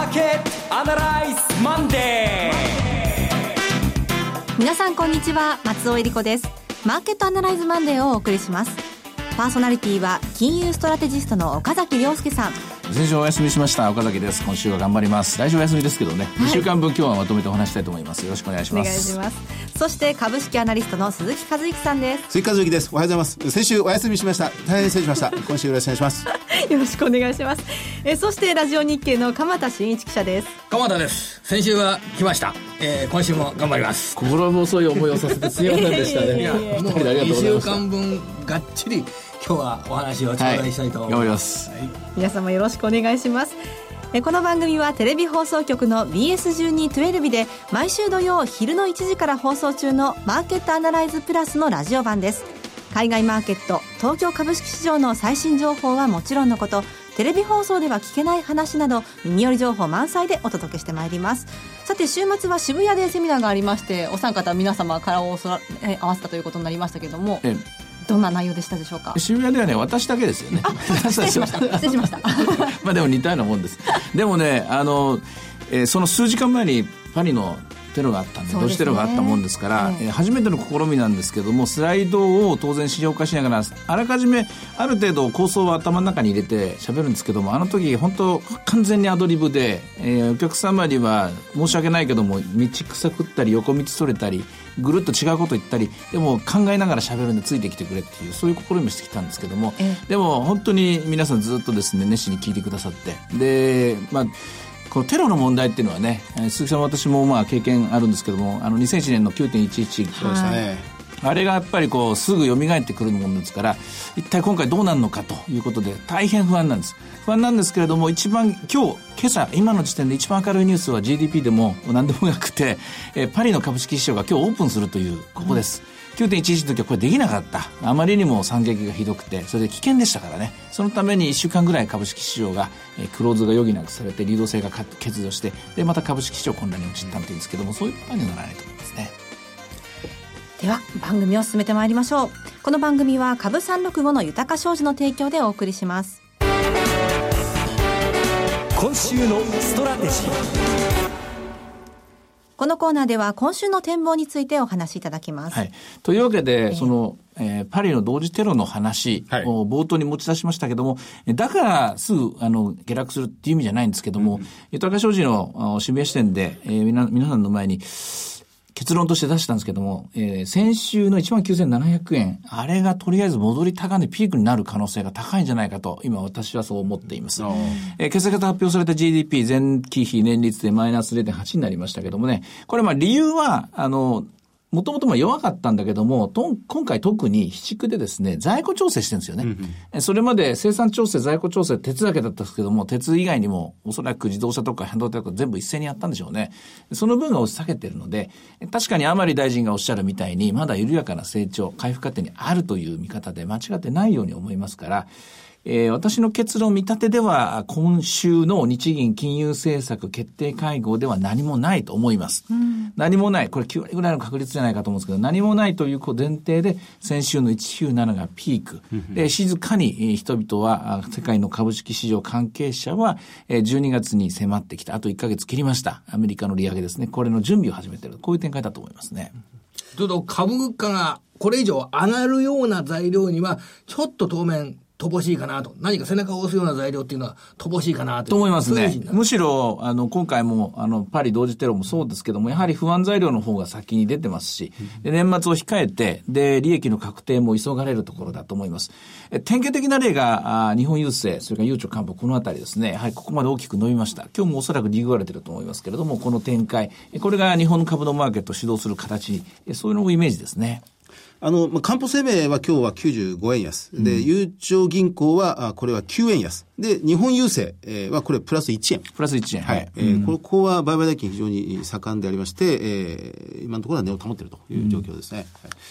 ーケットアナライズマンデー。皆さんこんにちは、松尾恵理子です。マーケットアナライズマンデーをお送りします。パーソナリティは金融ストラテジストの岡崎亮介さん。 先週お休みしました岡崎です。今週は頑張ります。来週お休みですけどね、2週間分今日はまとめてお話したいと思います。よろしくお願いします。 お願いします。そして株式アナリストの鈴木和之さんです。 鈴木和之です。おはようございます。先週お休みしました。大変失礼しました。今週よろしくお願いします。 よろしくお願いします。そしてラジオ日経の鎌田新一記者です。 鎌田です。先週は来ました。今週も頑張ります。 心細い思いをさせてすいませんでしたね。 いやもう2週間分がっちり今日はお話を頂戴したいと思います、 皆様よろしくお願いします。この番組はテレビ放送局の BS1212 で毎週土曜昼の1時から放送中のマーケットアナライズプラスのラジオ版です。海外マーケット、東京株式市場の最新情報はもちろんのこと、テレビ放送では聞けない話など耳寄り情報満載でお届けしてまいります。さて週末は渋谷でセミナーがありまして、お三方皆様顔を合わせたということになりましたけれども、どんな内容でしたでしょうか。 渋谷ではね、私だけですよね。 失礼しました失礼しましたまあでも似たようなもんです。でもね、その数時間前にパリのテロがあったんで、同時テロがあったもんですから、初めての試みなんですけども、スライドを当然市場化しながらあらかじめある程度構想を頭の中に入れて喋るんですけども、あの時本当完全にアドリブで、お客様には申し訳ないけども道草食ったり横道それたりぐるっと違うこと言ったり、でも考えながら喋るんでついてきてくれっていう、そういう試みをしてきたんですけども、でも本当に皆さんずっとですね熱心に聞いてくださって、でこのテロの問題っていうのはね、鈴木さん私もまあ経験あるんですけども、2001年の 9.11 そうでしたね、 あれがやっぱりこうすぐ蘇ってくるものですから、一体今回どうなるのかということで大変不安なんです。不安なんですけれども、今朝今の時点で一番明るいニュースは GDP でも何でもなくて、パリの株式市場が今日オープンするというここです、9.11 の時はこれできなかった。あまりにも惨劇がひどくて、それで危険でしたからね。そのために1週間ぐらい株式市場がクローズが余儀なくされて、流動性が欠如して、でまた株式市場混乱に陥ったというんですけども、そういうことにはならないと思いますね。 では番組を進めてまいりましょう。この番組は株365の豊か商事の提供でお送りします。 今週のストラテジー。 このコーナーでは今週の展望についてお話しいただきます。 はい、というわけで、パリの同時テロの話を冒頭に持ち出しましたけども、だからすぐ下落するっていう意味じゃないんですけども、豊か商事の渋谷支店で、皆さんの前に結論として出したんですけども、先週の 19,700 円、あれがとりあえず戻り高値ピークになる可能性が高いんじゃないかと、今私はそう思っています。決算型発表された GDP 前期比年率でマイナス 0.8 になりましたけどもね、これ理由は、もともと弱かったんだけども、今回特に非畜でですね、在庫調整してるんですよね。それまで生産調整、在庫調整、鉄だけだったんですけども、鉄以外にもおそらく自動車とか半導体とか全部一斉にやったんでしょうね。その分が押し下げてるので、確かに甘利大臣がおっしゃるみたいに、まだ緩やかな成長、回復過程にあるという見方で間違ってないように思いますから、私の結論見立てでは今週の日銀金融政策決定会合では何もないと思います、何もない、これ9割ぐらいの確率じゃないかと思うんですけど、何もないという前提で先週の197がピークで、静かに人々は、世界の株式市場関係者は12月に迫ってきた、あと1ヶ月切りました、アメリカの利上げですね、これの準備を始めている、こういう展開だと思いますね。 ちょっと株価がこれ以上上がるような材料にはちょっと当面乏しいかなと、何か背中を押すような材料っていうのは乏しいかなと思いますね。むしろ今回もパリ同時テロもそうですけども、やはり不安材料の方が先に出てますし、で年末を控えて、で利益の確定も急がれるところだと思います。典型的な例が日本郵政、それからゆうちょ幹部、このあたりですね。やはりここまで大きく伸びました。今日もおそらくリグわれてると思いますけれども、この展開、これが日本の株のマーケットを主導する形、そういうのをイメージですね。 かんぽ生命は今日は95円安。で、ゆうちょ銀行は、これは9円安。で、日本郵政、はこれプラス1円。 プラス1円。 はい。ここは売買代金非常に盛んでありまして、今のところは値を保っているという状況ですね。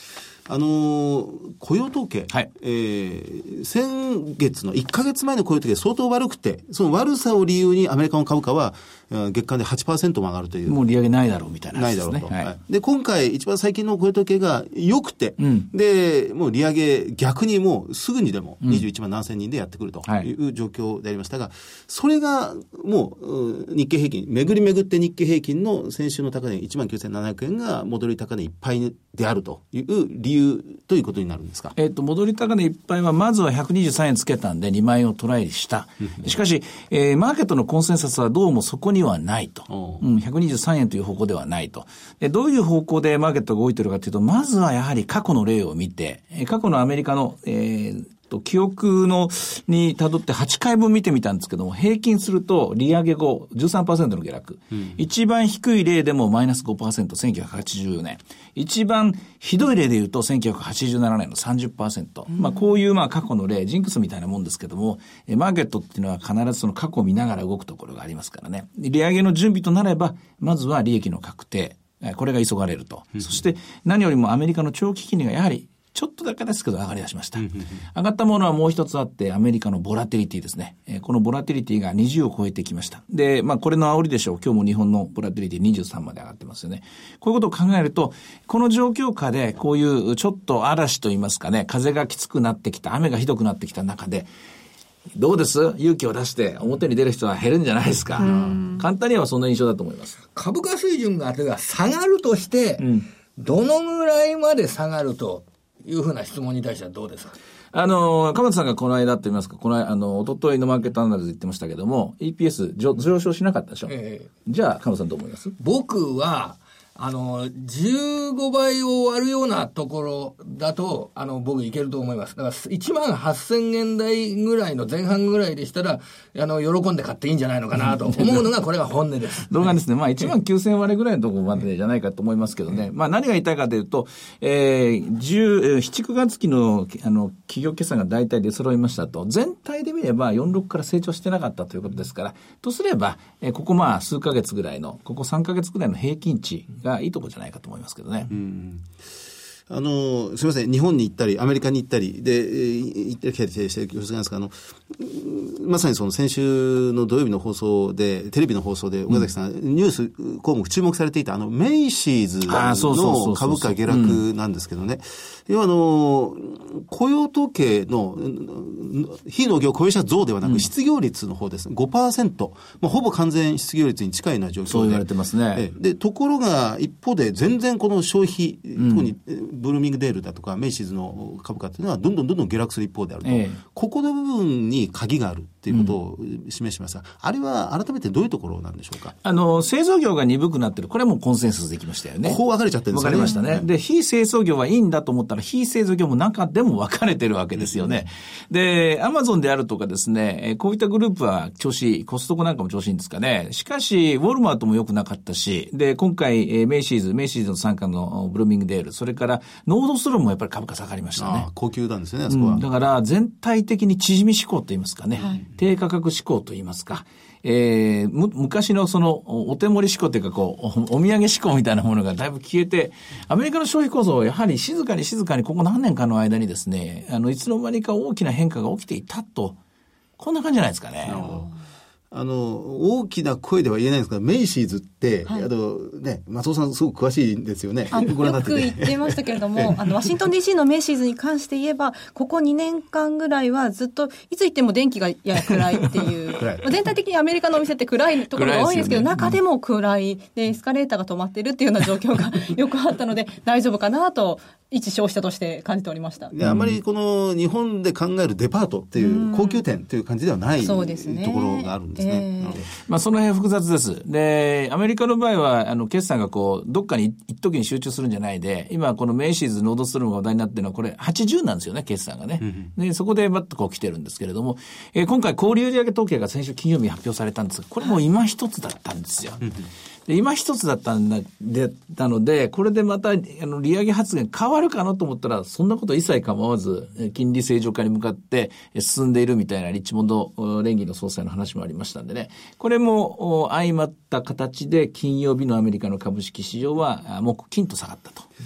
雇用統計、 はい、 先月の1ヶ月前の雇用統計相当悪くて、その悪さを理由にアメリカの株価は月間で 8% も上がるという。 もう利上げないだろうみたいな話ですね。 ないだろうと。はい、で、今回一番最近の雇用統計が良くて、で、もう利上げ逆にもうすぐにでも21万何千人でやってくるという状況でありましたが、それがもう日経平均、巡り巡って日経平均の先週の高値19,700円が戻り高値いっぱいであるという理由ということになるんですか。 戻り高値いっぱいはまずは123円つけたんで2万円をトライした。しかし、マーケットのコンセンサスはどうもそこにはないと。123円という方向ではないと。で、どういう方向でマーケットが動いているかというと、まずはやはり過去の例を見て、過去のアメリカの、記憶に辿って8回分見てみたんですけども、平均すると利上げ後 13% の下落、一番低い例でもマイナス 5%、1984年。一番ひどい例で言うと1987年の 30%。まあこういう過去の例、ジンクスみたいなもんですけども、マーケットっていうのは必ずその過去を見ながら動くところがありますからね。利上げの準備となれば、まずは利益の確定。これが急がれると。そして何よりもアメリカの長期金利がやはりちょっとだけですけど上がり出しました。上がったものはもう一つあって、アメリカのボラティリティですね。このボラティリティが20を超えてきました。で、これの煽りでしょう。今日も日本のボラティリティ23まで上がってますよね。こういうことを考えると、この状況下でこういうちょっと嵐といいますかね、風がきつくなってきた、雨がひどくなってきた中で、どうです？勇気を出して表に出る人は減るんじゃないですか。簡単にはそんな印象だと思います。 株価水準が下がるとして、どのぐらいまで下がるというふうな質問に対してはどうですか？ 鎌田さんがこの間と言いますか、一昨日のマーケットアナリズで言ってましたけども、EPS 上昇しなかったでしょ。じゃあ、鎌田さんどう思います？ 僕は、15倍を割るようなところだと、僕いけると思います。だから、18,000円台ぐらいの前半ぐらいでしたら、喜んで買っていいんじゃないのかなと思うのが、これが本音です。 動画ですね。19,000割れぐらいのところまでじゃないかと思いますけどね。何が言いたいかというと、7、9月期の、企業決算が大体出揃いましたと、全体で見れば46から成長してなかったということですから、とすれば、ここ数ヶ月ぐらいの、ここ3ヶ月ぐらいの平均値がいいところじゃないかと思いますけどね。 すみません、日本に行ったり、アメリカに行ったり、で、行ったり来たりしてる様子なんですが、まさにその先週の土曜日の放送で、テレビの放送で、岡崎さん、ニュース項目注目されていた、メイシーズの株価下落なんですけどね。要は雇用統計の非農業雇用者増ではなく、失業率の方です。5%。ほぼ完全失業率に近いような状況で。 そう言われてますね。 で、ところが一方で全然この消費、特にブルーミングデールだとかメイシーズの株価っていうのはどんどん下落する一方であると。ここの部分に鍵があるっていうことを示しました。あれは改めてどういうところなんでしょうか？ 製造業が鈍くなってる。これはもうコンセンサスできましたよね。 こう分かれちゃってるんですよね。 分かりましたね。で、非製造業はいいんだと思ったら、非製造業も中でも分かれてるわけですよね。で、アマゾンであるとかですね、こういったグループは調子いい、コストコなんかも調子いいんですかね。しかし、ウォルマートも良くなかったし、で、今回、メイシーズの傘下のブルーミングデール、それからノードストロームもやっぱり株価下がりましたね。 高級なんですね、あそこは。 だから全体的に縮み志向と言いますかね、低価格志向と言いますか、昔のそのお手盛り志向というかお土産志向みたいなものがだいぶ消えて、アメリカの消費構造はやはり静かにここ何年かの間にですね、いつの間にか大きな変化が起きていたと、こんな感じじゃないですかね。 大きな声では言えないんですが、メイシーズって、松尾さんすごく詳しいんですよね。 よく言ってましたけれども、ワシントン DC のメイシーズに関して言えば、ここ2年間ぐらいはずっと、いつ行っても電気がやや暗いっていう、全体的にアメリカのお店って暗いところが多いんですけど、中でも暗い、で、エスカレーターが止まってるっていうような状況がよくあったので、大丈夫かなと、一消費者として感じておりました。 あまりこの日本で考えるデパートっていう高級店という感じではないところがあるんですね。 その辺複雑です。で、アメリカの場合は、決算がどっかに一時に集中するんじゃないで、今このメイシーズ、ノードストロームが話題になってるのは、これ80なんですよね、決算がね。で、そこでバッと来てるんですけれども、今回小売売上統計が先週金曜日に発表されたんですが、これも今一つだったんですよ。で今一つだったので、これでまた利上げ発言変わるかなと思ったら、そんなこと一切構わず、金利正常化に向かって進んでいるみたいなリッチモンド連銀の総裁の話もありましたんでね、これも相まった形で金曜日のアメリカの株式市場は木金と下がったと。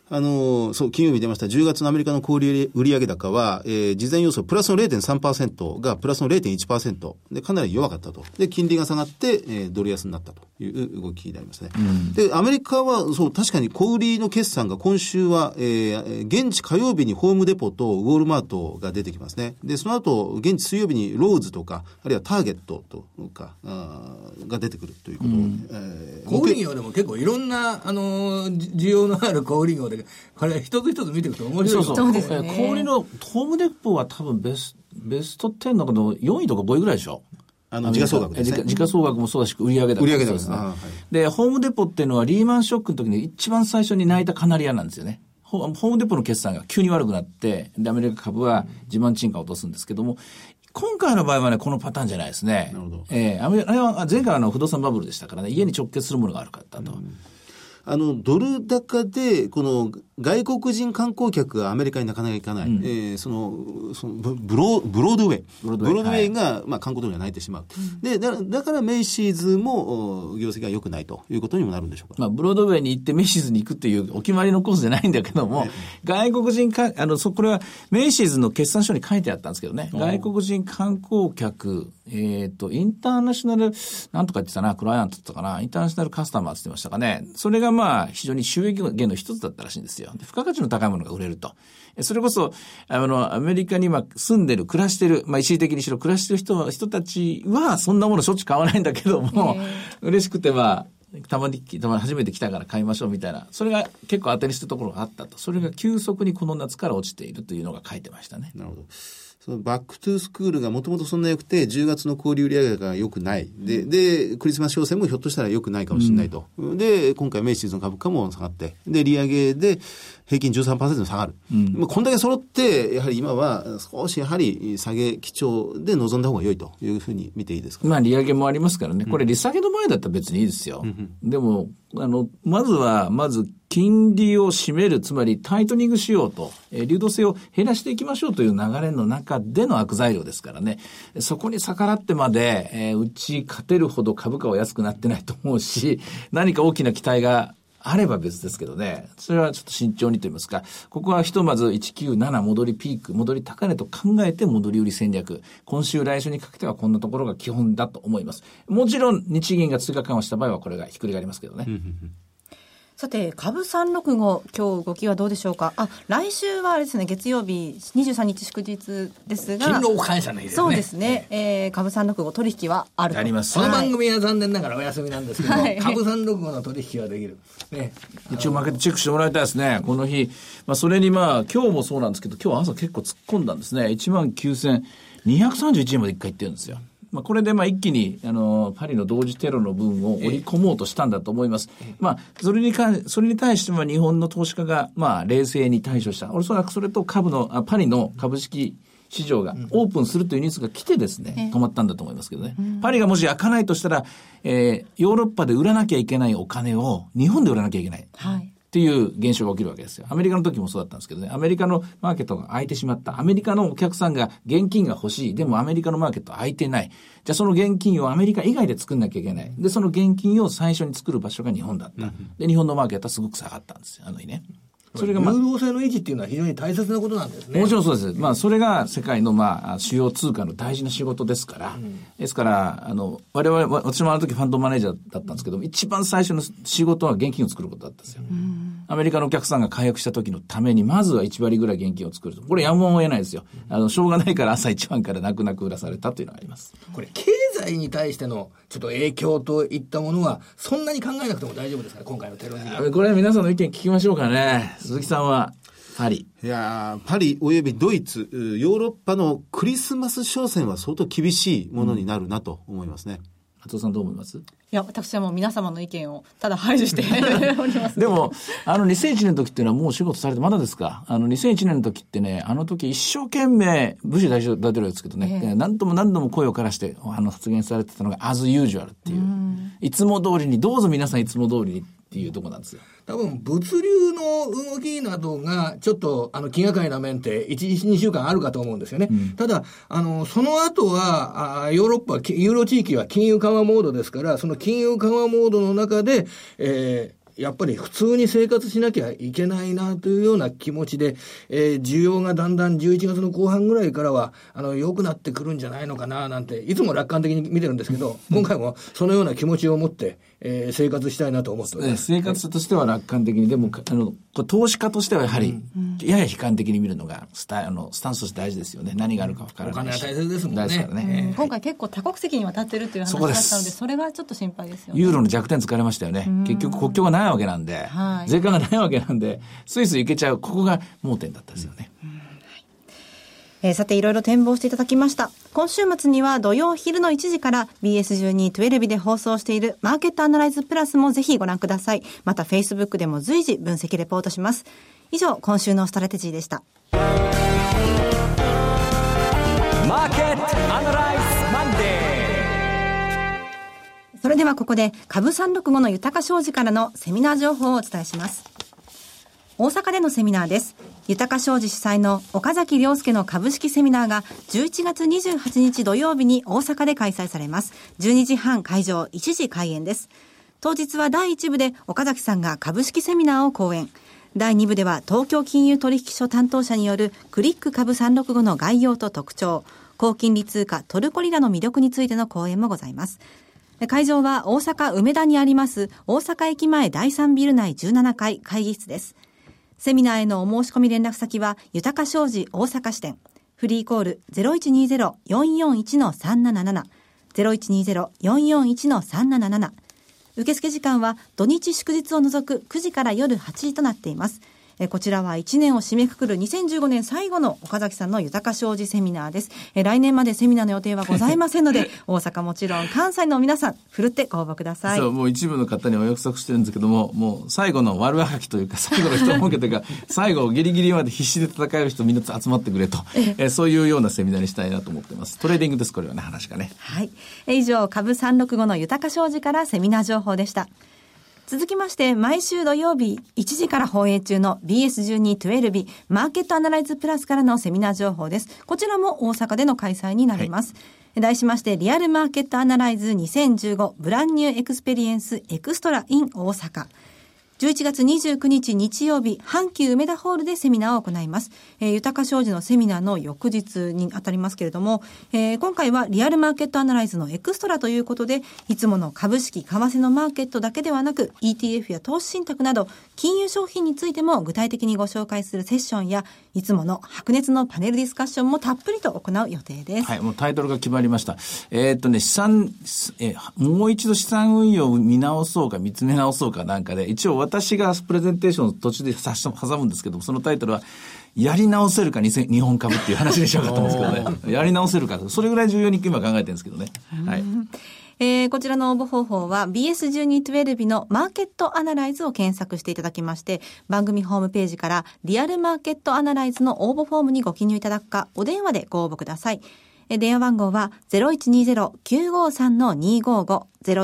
そう、金曜日出ました10月のアメリカの小売上高は、事前予想プラスの 0.3% がプラスの 0.1% でかなり弱かったと。で、金利が下がって、ドル安になったという動きになりますね。で、アメリカは、そう、確かに小売の決算が今週は、現地火曜日にホームデポとウォールマートが出てきますね。で、その後、現地水曜日にローズとか、あるいはターゲットとか、が出てくるということを、 小売業でも結構いろんな、需要のある小売業で、これ一つ一つ見ていくと面白い。 そうですね。 小売のホームデポは多分ベスト10の中の4位とか5位ぐらいでしょ。 時価総額ですね。 時価総額もそうだし、売上高ですね。で、ホームデポっていうのはリーマンショックの時に一番最初に泣いたカナリアなんですよね。ホームデポの決算が急に悪くなって、で、アメリカ株は地盤沈下を落とすんですけども、今回の場合はね、このパターンじゃないですね。なるほど。あれは前回は不動産バブルでしたからね、家に直結するものが悪かったと。 ドル高で、この外国人観光客がアメリカになかなか行かない、ブロードウェイが、観光客が泣いてしまう。で、だからメイシーズも業績が良くないということにもなるんでしょうか。 ブロードウェイに行ってメイシーズに行くっていうお決まりのコースじゃないんだけども、外国人これはメイシーズの決算書に書いてあったんですけどね、外国人観光客、インターナショナル、なんとか言ってたな、クライアントだったかな、インターナショナルカスタマーって言ってましたかね。それが非常に収益源の一つだったらしいんですよ。付加価値の高いものが売れると。それこそ、アメリカに今住んでる、暮らしてる、一時的にしろ暮らしてる人たちは、そんなものしょっちゅう買わないんだけども、嬉しくてたまに初めて来たから買いましょうみたいな、それが結構当てにしたところがあったと。それが急速にこの夏から落ちているというのが書いてましたね。 なるほど。そのバックトゥースクールがもともとそんな良くて、10月の小売売上が良くない。で、クリスマス商戦もひょっとしたら良くないかもしれないと。で、今回メイシーズの株価も下がって、で、利上げで平均 13% 下がる。こんだけ揃って、やはり今は少しやはり下げ基調で臨んだ方が良いというふうに見ていいですか。 利上げもありますからね。これ利下げの前だったら別にいいですよ。でも、まず金利を締める、つまりタイトニングしようと、流動性を減らしていきましょうという流れの中での悪材料ですからね。そこに逆らってまで、うち勝てるほど株価は安くなってないと思うし、何か大きな期待があれば別ですけどね。それはちょっと慎重にと言いますか、ここはひとまず197戻りピーク、戻り高値と考えて戻り売り戦略。今週来週にかけてはこんなところが基本だと思います。もちろん日銀が追加緩和した場合はこれがひっくり返りますけどね。 さて、株365、今日動きはどうでしょうか。来週はあれですね、月曜日23日祝日ですが、 勤労感謝の日ですね。 そうですね。株365取引はあると。 あります。 この番組は残念ながらお休みなんですけど、株365の取引はできる。 一応マーケットチェックしてもらいたいですね。この日。それに今日もそうなんですけど、今日朝結構突っ込んだんですね。19,231 円まで一回行ってるんですよ。これで一気にパリの同時テロの分を織り込もうとしたんだと思います。それに対しては日本の投資家が冷静に対処した。おそらくそれとパリの株式市場がオープンするというニュースが来てですね、止まったんだと思いますけどね。パリがもし開かないとしたら、ヨーロッパで売らなきゃいけないお金を日本で売らなきゃいけない。っていう現象が起きるわけですよ。アメリカの時もそうだったんですけどね。アメリカのマーケットが開いてしまった。アメリカのお客さんが現金が欲しい。でもアメリカのマーケットは開いてない。じゃあその現金をアメリカ以外で作んなきゃいけない。で、その現金を最初に作る場所が日本だった。で、日本のマーケットはすごく下がったんですよ。日ね。 それが流動性の維持っていうのは非常に大切なことなんですね。 もちろんそうです。それが世界の主要通貨の大事な仕事ですから。ですから、私もあの時ファンドマネージャーだったんですけど、一番最初の仕事は現金を作ることだったんですよ。アメリカのお客さんが解約した時のために、まずは1割ぐらい現金を作ると。これやむを得ないですよ。しょうがないから朝一番から泣く泣く売らされたというのがあります。 これ、経済に対してのちょっと影響といったものは、そんなに考えなくても大丈夫ですかね、今回のテロ事件。 これは皆さんの意見聞きましょうかね。鈴木さんは、パリ。 いやパリおよびドイツ、ヨーロッパのクリスマス商戦は相当厳しいものになるなと思いますね。 松尾さんどう思います？ いや、私はもう皆様の意見をただ排除しております、 でも2001年の時っていうのはもう仕事されてまだですか？2001年の時ってね、時一生懸命ブッシュ大統領ですけどね、何度も何度も声をからして発言されてたのが as usual っていう、いつも通りにどうぞ皆さんいつも通りにっていうところなんですよ。 多分物流の動きなどがちょっと気がかりな面って1、2週間あるかと思うんですよね。ただその後はヨーロッパユーロ地域は金融緩和モードですから、その金融緩和モードの中で、 やっぱり普通に生活しなきゃいけないなというような気持ちで、需要がだんだん11月の後半ぐらいからは良くなってくるんじゃないのかななんていつも楽観的に見てるんですけど、今回もそのような気持ちを持って、生活したいなと思っております。 生活としては楽観的に、でも投資家としてはやはり、やや悲観的に見るのがスタンスとして大事ですよね。何があるか分からないし。 お金は大切ですもんね。 大事からね。 今回結構多国籍に渡ってるっていう話だったので、それがちょっと心配ですよね。 ユーロの弱点疲れましたよね。結局国境がないわけなんで、はい、税関がないわけなんで、スイス行けちゃう、ここが盲点だったですよね。 さていろいろ展望していただきました。今週末には土曜昼の1時から BS12-12 で放送しているマーケットアナライズプラスもぜひご覧ください。また Facebook でも随時分析レポートします。以上、今週のストラテジーでした。 マーケットアナライズマンデー。それではここで株365の豊か商事からのセミナー情報をお伝えします。大阪でのセミナーです。豊か商事主催の岡崎亮介の株式セミナーが11月28日土曜日に大阪で開催されます。12時半会場、1時開演です。当日は第1部で岡崎さんが株式セミナーを講演。第2部では東京金融取引所担当者によるクリック株365の概要と特徴、高金利通貨トルコリラの魅力についての講演もございます。会場は大阪梅田にあります大阪駅前第3ビル内17階会議室です。セミナーへのお申し込み連絡先は豊か商事大阪支店、フリーコール 0120-441-377 0120-441-377。受付時間は土日祝日を除く9時から夜8時となっています。こちらは1年を締めくくる2015年最後の岡崎さんの豊か商事セミナーです。来年までセミナーの予定はございませんので大阪もちろん関西の皆さんふるってご応募ください。 そう、もう一部の方にお約束してるんですけども、もう最後の悪あがきというか最後の人儲けというか最後ギリギリまで必死で戦える人みんな集まってくれと、そういうようなセミナーにしたいなと思ってます。トレーディングです、これはね、話がね。 はい。以上、株365の豊か商事からセミナー情報でした。続きまして、毎週土曜日1時から放映中の BS12-12 マーケットアナライズプラスからのセミナー情報です。こちらも大阪での開催になります。はい、題しまして、リアルマーケットアナライズ2015ブランニューエクスペリエンスエクストラ in 大阪。11月29日日曜日、阪急梅田ホールでセミナーを行います。豊か商事のセミナーの翌日にあたりますけれども、今回はリアルマーケットアナライズのエクストラということで、いつもの株式、為替のマーケットだけではなく、ETF や投資信託など、金融商品についても具体的にご紹介するセッションや、いつもの白熱のパネルディスカッションもたっぷりと行う予定です。 はい、もうタイトルが決まりました。資産、もう一度資産運用を見直そうか見つめ直そうかなんかで、一応私がプレゼンテーションの途中で挟むんですけども、そのタイトルはやり直せるか日本株っていう話でしょうかと思うんですけどね。やり直せるか、それぐらい重要に今考えてるんですけどね。はい。 こちらの応募方法は BS12-12 のマーケットアナライズを検索していただきまして、番組ホームページからリアルマーケットアナライズの応募フォームにご記入いただくか、お電話でご応募ください。電話番号は 0120-953-255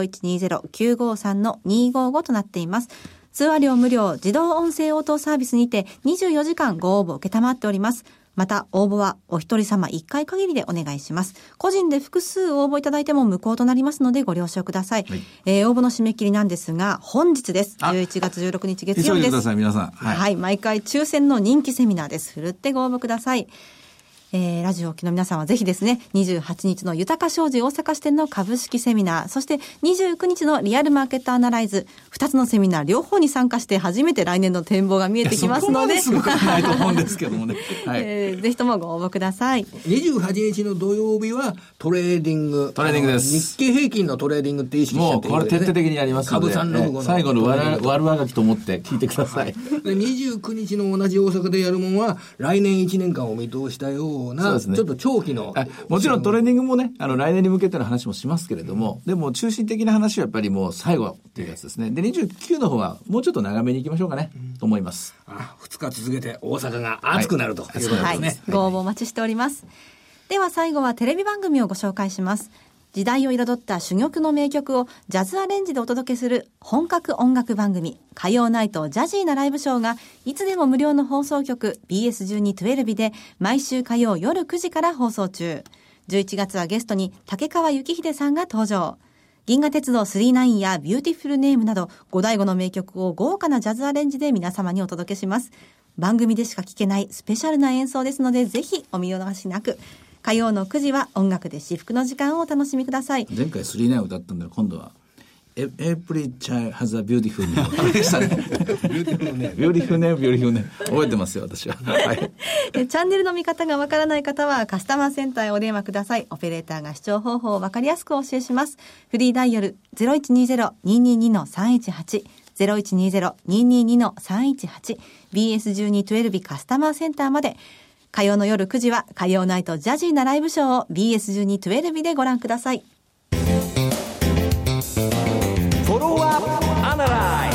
0120-953-255 となっています。通話料無料自動音声応答サービスにて24時間ご応募を受けたまっております。また応募はお一人様1回限りでお願いします。個人で複数応募いただいても無効となりますのでご了承ください。はい、応募の締め切りなんですが本日です。11月16日月曜日です。急いでください皆さん。 はい、はい、毎回抽選の人気セミナーです。ふるってご応募ください。ラジオを聴きの皆さんはぜひですね、28日の豊か商事大阪支店の株式セミナー、そして29日のリアルマーケットアナライズ、2つのセミナー両方に参加して初めて来年の展望が見えてきますので、 そこまですごくないと思うんですけどもね。はい、 ぜひともご応募ください。 28日の土曜日はトレーディングです。 日経平均のトレーディングって意識して、 もうこれ徹底的にやりますので、 株365の最後の悪あがきと思って聞いてください。 で29日の同じ大阪でやるものは来年1年間を見通したような、そうですね、ちょっと長期の、 もちろんトレーニングもね、来年に向けての話もしますけれども、でも中心的な話はやっぱりもう最後っていうやつですね。で、29の方はもうちょっと長めに行きましょうかね、と思います。 2日続けて大阪が熱くなるということですね。 はい、ご応募お待ちしております。では最後はテレビ番組をご紹介します。時代を彩った珠玉の名曲をジャズアレンジでお届けする本格音楽番組、火曜ナイトジャジーなライブショーがいつでも無料の放送局 BS12-12 で毎週火曜夜9時から放送中。11月はゲストに竹川幸秀さんが登場。 銀河鉄道999やビューティフルネームなど5第5の名曲を豪華なジャズアレンジで皆様にお届けします。番組でしか聴けないスペシャルな演奏ですので、ぜひお見逃しなく。火曜の9時は音楽で至福の時間をお楽しみください。 前回999歌ったんだけど、今度はEvery child has a beautiful name あれでしたね。ビューティフルネーム、ビューティフルネーム、ビューティフルネーム覚えてますよ私は。はい、 チャンネルの見方がわからない方はカスタマーセンターへお電話ください。オペレーターが視聴方法をわかりやすくお教えします。フリーダイヤル 0120-222-318 0120-222-318 BS1212 カスタマーセンターまで。火曜の夜9時は火曜ナイトジャジーなライブショーを BS1212 でご覧ください。 フォローアップアナライ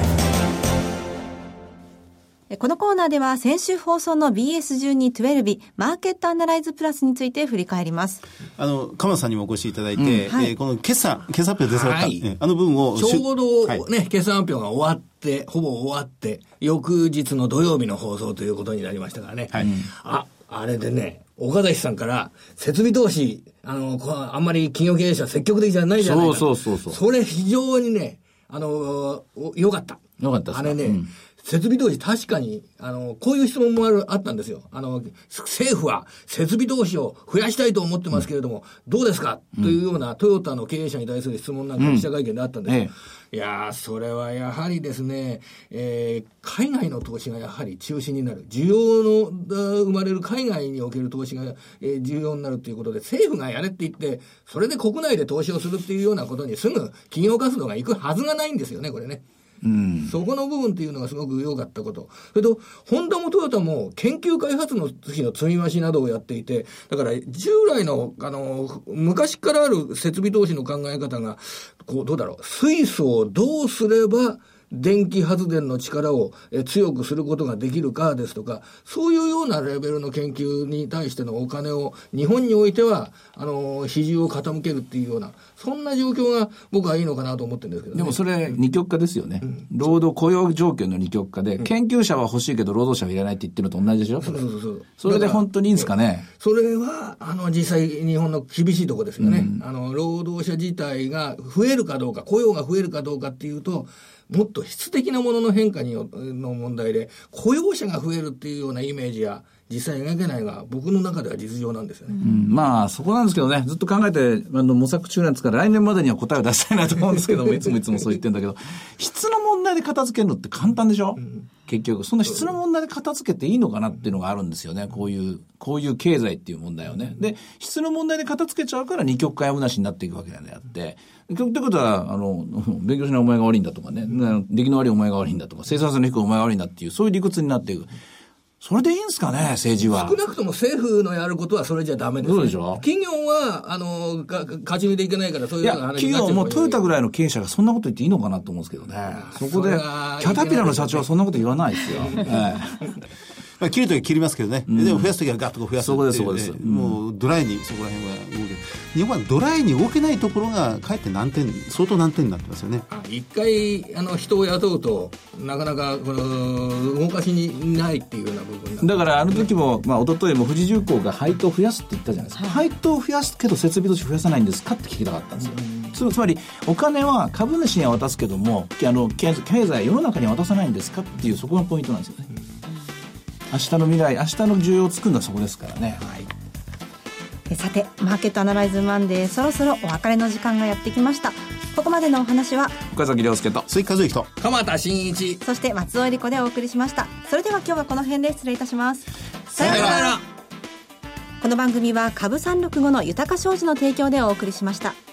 ズ。 このコーナーでは先週放送の BS1212 マーケットアナライズプラスについて振り返ります。 鎌田さんにもお越しいただいて、はい、この決算発表出された、はい、部分をちょうどね、はい、決算発表が終わってほぼ終わって翌日の土曜日の放送ということになりましたからね、はい、あれでね、岡崎さんから設備投資あんまり企業経営者積極的じゃないじゃないか。 そうそれ非常にね良かったですか。 あれね、設備投資確かにこういう質問もあったんですよ。政府は設備投資を増やしたいと思ってますけれども、どうですかというようなトヨタの経営者に対する質問なんか記者会見であったんですよ。いやー、それはやはりですね、海外の投資がやはり中心になる。需要の生まれる海外における投資が、重要になるということで、政府がやれって言って、それで国内で投資をするっていうようなことにすぐ企業活動が行くはずがないんですよね、これね。そこの部分っていうのがすごく良かったこと。それと、ホンダもトヨタも研究開発の費の積み増しなどをやっていて、だから従来の、昔からある設備投資の考え方が、どうだろう、水素をどうすれば、電気発電の力を強くすることができるかですとか、そういうようなレベルの研究に対してのお金を日本においては比重を傾けるっていうような、そんな状況が僕はいいのかなと思ってるんですけどね。 でもそれ二極化ですよね、労働雇用状況の二極化で、研究者は欲しいけど労働者はいらないって言ってるのと同じでしょ。それで本当にいいんですかね。 それは実際日本の厳しいところですよね、労働者自体が増えるかどうか、雇用が増えるかどうかっていうと、もっと質的なものの変化の問題で、雇用者が増えるっていうようなイメージや実際描けないが、僕の中では実情なんですよね。 まあそこなんですけどね、ずっと考えて模索中なんですから、来年までには答えを出したいなと思うんですけどもいつもそう言ってるんだけど、質の問題で片付けるのって簡単でしょ、結局そんな質の問題で片付けていいのかなっていうのがあるんですよね。こういう経済っていう問題をね。で、質の問題で片付けちゃうから二極化やむなしになっていくわけなんであって、ということは勉強しないお前が悪いんだとかね、出来の悪いお前が悪いんだとか、生産性の低いお前が悪いんだっていう、そういう理屈になっていく。それでいいんですかね、政治は。 少なくとも政府のやることはそれじゃダメです、ね。 そうでしょ。 企業は勝ち抜いていけないから、そういうような話になっちゃう。 企業もトヨタぐらいの経営者がそんなこと言っていいのかなと思うんですけどね。そこでキャタピラの社長はそんなこと言わないですよ。 切るとき切りますけどね、でも増やすときはガッと増やすっていう、 そうです、 もうドライにそこら辺は動ける。日本はドライに動けないところがかえって相当難点になってますよね。 一回人を雇うとなかなか動かしにないっていうような部分だから時も、一昨日も富士重工が配当を増やすって言ったじゃないですか、配当を増やすけど設備投資増やさないんですかって聞きたかったんですよ。つまりお金は株主には渡すけども経済世の中には渡さないんですかっていう、そこがポイントなんですよね。明日の未来、明日の需要を作るのはそこですからね。 さて、マーケットアナライズマンデー、そろそろお別れの時間がやってきました。ここまでのお話は岡崎亮介と鈴木和之と鎌田新一、 そして松尾恵理子でお送りしました。それでは今日はこの辺で失礼いたします。 さようなら。 この番組は株365の豊か商事の提供でお送りしました。